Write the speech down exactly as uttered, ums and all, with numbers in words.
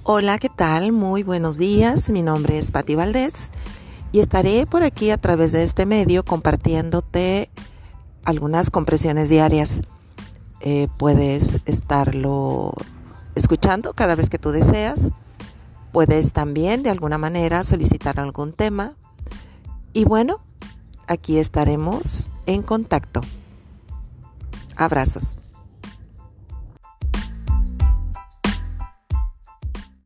Hola, ¿qué tal? Muy buenos días. Mi nombre es Patti Valdés y estaré por aquí a través de este medio compartiéndote algunas compresiones diarias. Eh, puedes estarlo escuchando cada vez que tú deseas. Puedes también de alguna manera solicitar algún tema. Y bueno, aquí estaremos en contacto. Abrazos.